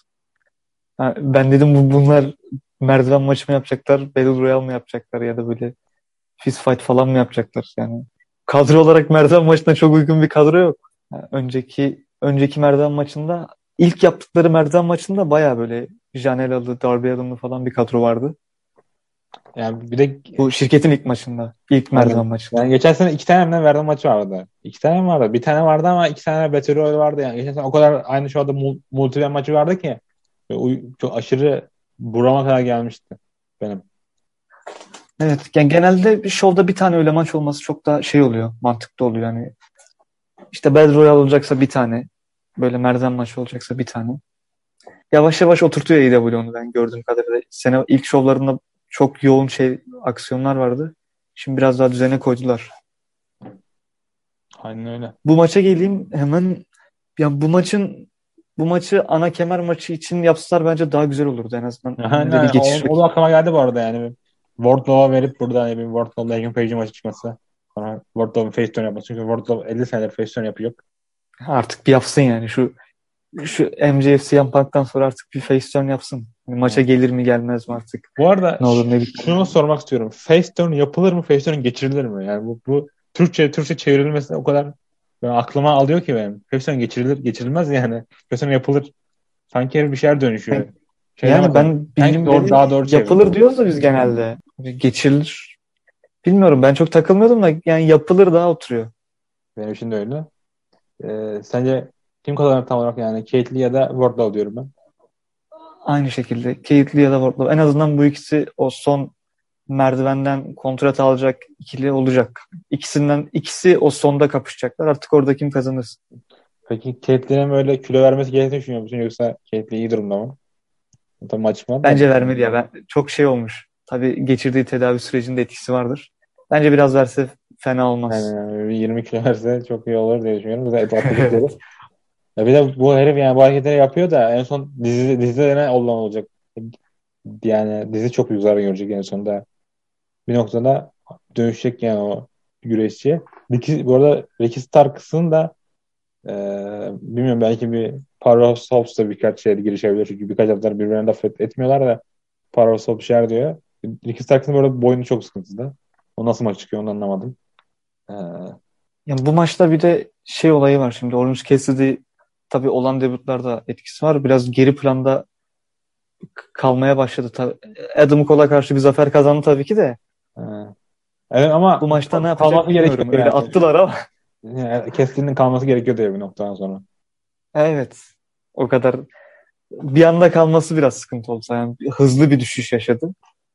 Ben dedim bunlar merdiven maçı mı yapacaklar, Battle Royale mı yapacaklar ya da böyle fist fight falan mı yapacaklar yani. Kadro olarak merdiven maçına çok uygun bir kadro yok. Yani önceki merdiven maçında ilk yaptıkları merdiven maçında baya böyle Janelalı, Darby Allin'lı falan bir kadro vardı. Yani bir de Bu şirketin ilk maçında, ilk merdiven aynen. maçında. Yani geçen sene 2 tane mi ne verdiğim maçı vardı. 2 tane mi vardı? Bir tane vardı ama 2 tane Battle Royale vardı yani. Geçen sene o kadar aynı şu anda multi maçı vardı ki çok aşırı burama kadar gelmişti benim. Evet, yani genelde bir şovda bir tane öyle maç olması çok daha şey oluyor, mantıklı oluyor. Yani işte Battle Royale olacaksa bir tane, böyle merdiven maçı olacaksa bir tane. Yavaş yavaş oturtuyor AEW onu ben gördüğüm kadarıyla. Sene ilk şovlarında çok yoğun aksiyonlar vardı. Şimdi biraz daha düzene koydular. Aynen öyle. Bu maça geleyim hemen. Ya bu maçı ana kemer maçı için yapsalar bence daha güzel olurdu en azından. Önünde bir Aynen. geçiş. O da aklıma geldi bu arada yani. Wardlow'a verip burada hani bir Wardlow'la Hangman Page'in maçı çıkması. Sonra Wardlow'un face turn yapması. Çünkü Wardlow 50 senedir face turn yapıyor. Artık bir yapsın yani şu MJF CM Punk'tan sonra artık bir face turn yapsın. Yani maça Evet. gelir mi gelmez mi artık? Bu arada Ne olur ne biter. şunu sormak istiyorum. Face turn yapılır mı? Face turn geçirilir mi? Yani bu Türkçe çevrilmesi o kadar ben aklıma alıyor ki benim. Face turn geçirilmez yani. Face turn yapılır. Sanki her bir şeyler dönüşüyor. Şey Yani demedim. ben Hank bildiğim doğru, beri daha doğru çeviriyor. yapılır diyoruz da biz genelde. Geçirilir. Bilmiyorum ben çok takılmıyordum da yani yapılır daha oturuyor. Benim için de öyle. Sence kim kazanır tam olarak yani? Kate Lee ya da Wardlow diyorum ben. Aynı şekilde Kate Lee ya da Wardlow. En azından bu ikisi o son merdivenden kontrat alacak ikili olacak. İkisi o sonda kapışacaklar. Artık orada kim kazanır? Peki Kate Lee'nin böyle kilo vermesi gerektiğini düşünüyor musun? Yoksa Kate Lee iyi durumda mı? Tam açıkmadı da. Bence vermeli ya. Ben çok olmuş. Tabii geçirdiği tedavi sürecinde etkisi vardır. Bence biraz verse fena olmaz. Yani bir 20 kilo verse çok iyi olur diye düşünüyorum. Zaten atletik Evet. deri. Ya bir de bu herif yani bu hareketleri yapıyor da en son dizide ne olacak? Yani dizi çok büyük zarar görecek en sonunda. Bir noktada dönüşecek yani o güreşçi. Bu arada Ricky Starks'ın da bilmiyorum belki bir Powerhouse Hobbs'da birkaç şeyde girişebilir. Çünkü birkaç haftadır birbirine laf etmiyorlar da Powerhouse Hobbs yer diyor. Ricky Starks'ın burada boynu çok sıkıntıda. O nasıl maç çıkıyor onu anlamadım. Ee, Yani bu maçta bir de olayı var şimdi. Orange Cassidy tabii olan debutlarda etkisi var. Biraz geri planda kalmaya başladı. Tabii. Adam Cole'a karşı bir zafer kazandı tabii ki de. e, evet ama Bu maçta ne yapacak kalması gerekiyor bilmiyorum. Öyle yani. attılar ama. Yani Keskin'in kalması gerekiyor diyor bir noktadan sonra. Evet. O kadar bir anda kalması biraz sıkıntı oldu. Yani hızlı bir düşüş yaşadı.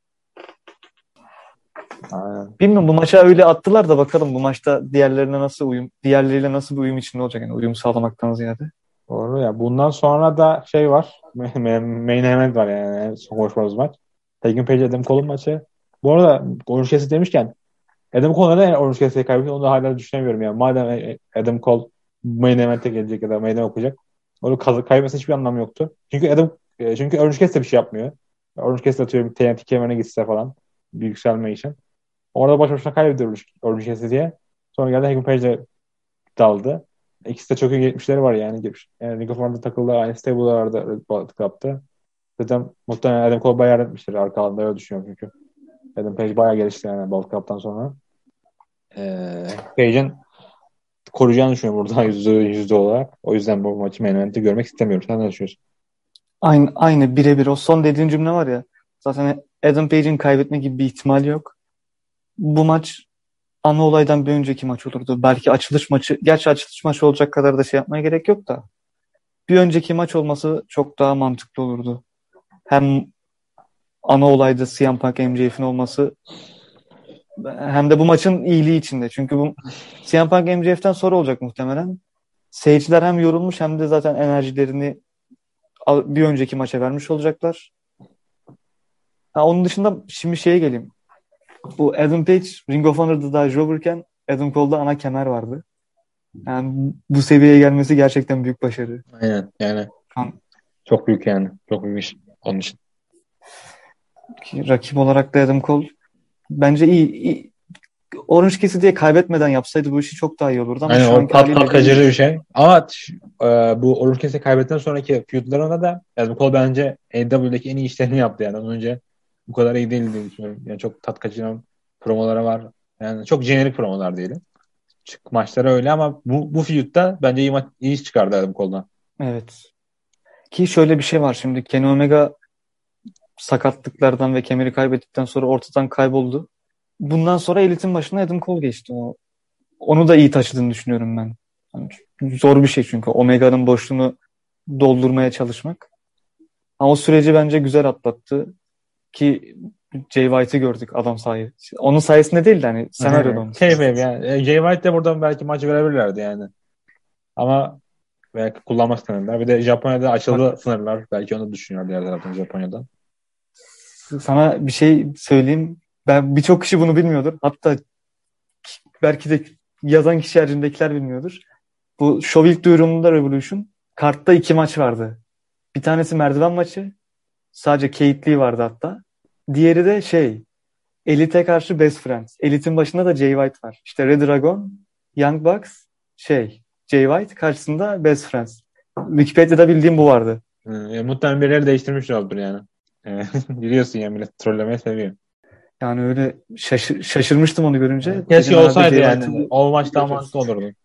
Aynen. Bilmiyorum bu maça öyle attılar da bakalım bu maçta diğerleriyle nasıl bir uyum içinde olacak yani uyum sağlamaktan ziyade. Doğru ya. Bundan sonra da şey var. Main event var yani. En son konuşmamız maç. Tegan Page Adam Cole'un maçı. Bu arada Orange Cassidy demişken Adam Cole neden Orange Cassidy'yi kaybetti onu da hala düşünemiyorum yani. Madem Adam Cole main event'e gelecek ya da main event okuyacak. Onu kaybetmesi hiçbir anlamı yoktu. Çünkü Orange Cassidy bir şey yapmıyor. Orange Cassidy atıyorum TNT kemerine gitse falan. Bir yükselme için. Orada baş başına kaybetti Orange Cassidy'ye. Sonra geldi Hangman Page'le daldı. İkisi de çok iyi geçmişleri var yani. Yani Ring of Honor'da takıldı. Aynı stable'larda Bullet Club'da. Zaten muhtemelen Adam Cole bayağı yardım etmiştir arka alanda öyle düşünüyorum çünkü. Adam Page bayağı gelişti yani Bullet Club'dan sonra. Page'in koruyacağını düşünüyorum burada yüzde olarak. O yüzden bu maçı main event'te görmek istemiyorum. Sen ne düşünüyorsun? Aynı birebir o son dediğin cümle var ya zaten Adam Page'in kaybetme gibi bir ihtimali yok. Bu maç ana olaydan bir önceki maç olurdu. Belki açılış maçı. Gerçi açılış maçı olacak kadar da yapmaya gerek yok da. Bir önceki maç olması çok daha mantıklı olurdu. Hem ana olayda CM Punk MJF'in olması hem de bu maçın iyiliği içinde. Çünkü bu CM Punk MJF'ten sonra olacak muhtemelen. Seyirciler hem yorulmuş hem de zaten enerjilerini bir önceki maça vermiş olacaklar. Onun dışında şimdi geleyim. Bu Adam Page Ring of Honor'da da Jover'ken Adam Cole'da ana kemer vardı. Yani bu seviyeye gelmesi gerçekten büyük başarı. Aynen yani Kan- çok büyük yani. Çok büyük iş onun için. Rakip olarak da Adam Cole. bence iyi. Orange Cassidy'ye kaybetmeden yapsaydı bu işi çok daha iyi olurdu ama Yani şu o anki pat haliyle kaçırıcı değil. bir şey. Ama bu Orkes'e kaybettikten sonraki feudlarında da Adam Cole bence AEW'deki en iyi işlerini yaptı yani. Ondan önce bu kadar iyi değildi diye düşünüyorum. Yani çok tat kaçıran promoları var. Yani çok jenerik promolar diyelim. Maçları öyle ama bu feud'da bence iyi iş çıkardı Adam Cole'dan. Evet. Ki şöyle bir şey var şimdi. Kenny Omega sakatlıklardan ve kemeri kaybettikten sonra ortadan kayboldu. Bundan sonra Elite'in başına Adam Cole geçti. Onu da iyi taşıdığını düşünüyorum ben. Yani zor bir şey çünkü Omega'nın boşluğunu doldurmaya çalışmak. Ama o süreci bence güzel atlattı ki Jay White'ı gördük adam sayesinde. Onun sayesinde değil de hani senaryoda onun Keyif sayesinde. yani. Jay White de buradan belki maç verebilirlerdi yani. Ama belki kullanmak istemediler. Bir de Japonya'da Bak açıldı sınırlar. Belki onu düşünüyor diğer taraftan Japonya'da. sana bir şey söyleyeyim. Ben birçok kişi bunu bilmiyordur. Hatta belki de yazan kişi haricindekiler bilmiyordur. Bu Show ilk duyurumunda Revolution kartta 2 maç vardı. Bir tanesi merdiven maçı. Sadece Kate Lee vardı hatta. Diğeri de Elite karşı Best Friends. Elite'in başında da Jay White var. İşte Red Dragon, Young Bucks, Jay White karşısında Best Friends. Wikipedia'da bildiğim bu vardı. Muhtemelen birileri değiştirmiş olabilir yani. Biliyorsun ya millet trollemeyi seviyor. Yani öyle şaşırmıştım onu görünce. Keşke Dedim herhalde olsaydı Jay yani. White'ı O maç daha göreceğiz. mantıklı olurdu.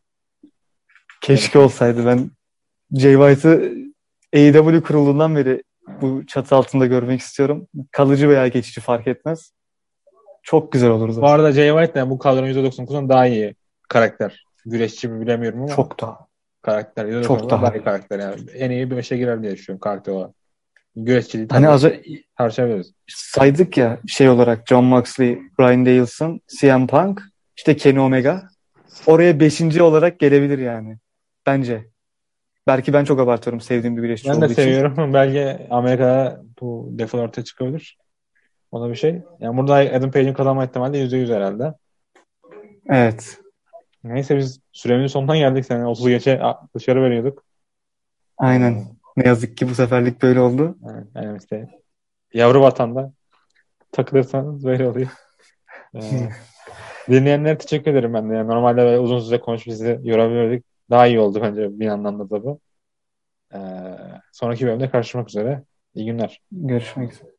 Benim Keşke için. olsaydı. Ben Jay White'ı AEW kurulduğundan beri bu çatı altında görmek istiyorum. Kalıcı veya geçici fark etmez. Çok güzel Bu olurdu. arada Jay White de bu kadronun %99'dan daha iyi karakter. Güreşçi mi bilemiyorum ama Çok daha. karakter Çok %99'dan daha iyi daha. karakter yani. En iyi bir beşe girer diye düşünüyorum karakter olarak. Güreşçiliği Hani tabii az önce tartışabiliriz. saydık ya olarak John Moxley, Bryan Danielson, CM Punk, işte Kenny Omega. Oraya beşinci olarak gelebilir yani. Bence. Belki ben çok abartıyorum sevdiğim bir güreşçi Ben de olduğu için. seviyorum. Belki Amerika'da bu defol ortaya çıkabilir. Ona bir şey. Yani burada Adam Page'in kazanma ihtimali de %100 herhalde. Evet. Neyse biz süremizin sonuna geldik. Sen 30 geçe dışarı veriyorduk. Aynen. Ee, Ne yazık ki bu seferlik böyle oldu. yani işte yavru vatanda takılırsanız böyle oluyor. Ee, dinleyenlere teşekkür ederim ben de. Yani normalde böyle uzun süre konuşup sizi yorabilirdik. Daha iyi oldu bence bir anlamda da bu. Sonraki bölümde karşılaşmak üzere. İyi günler. Görüşmek üzere.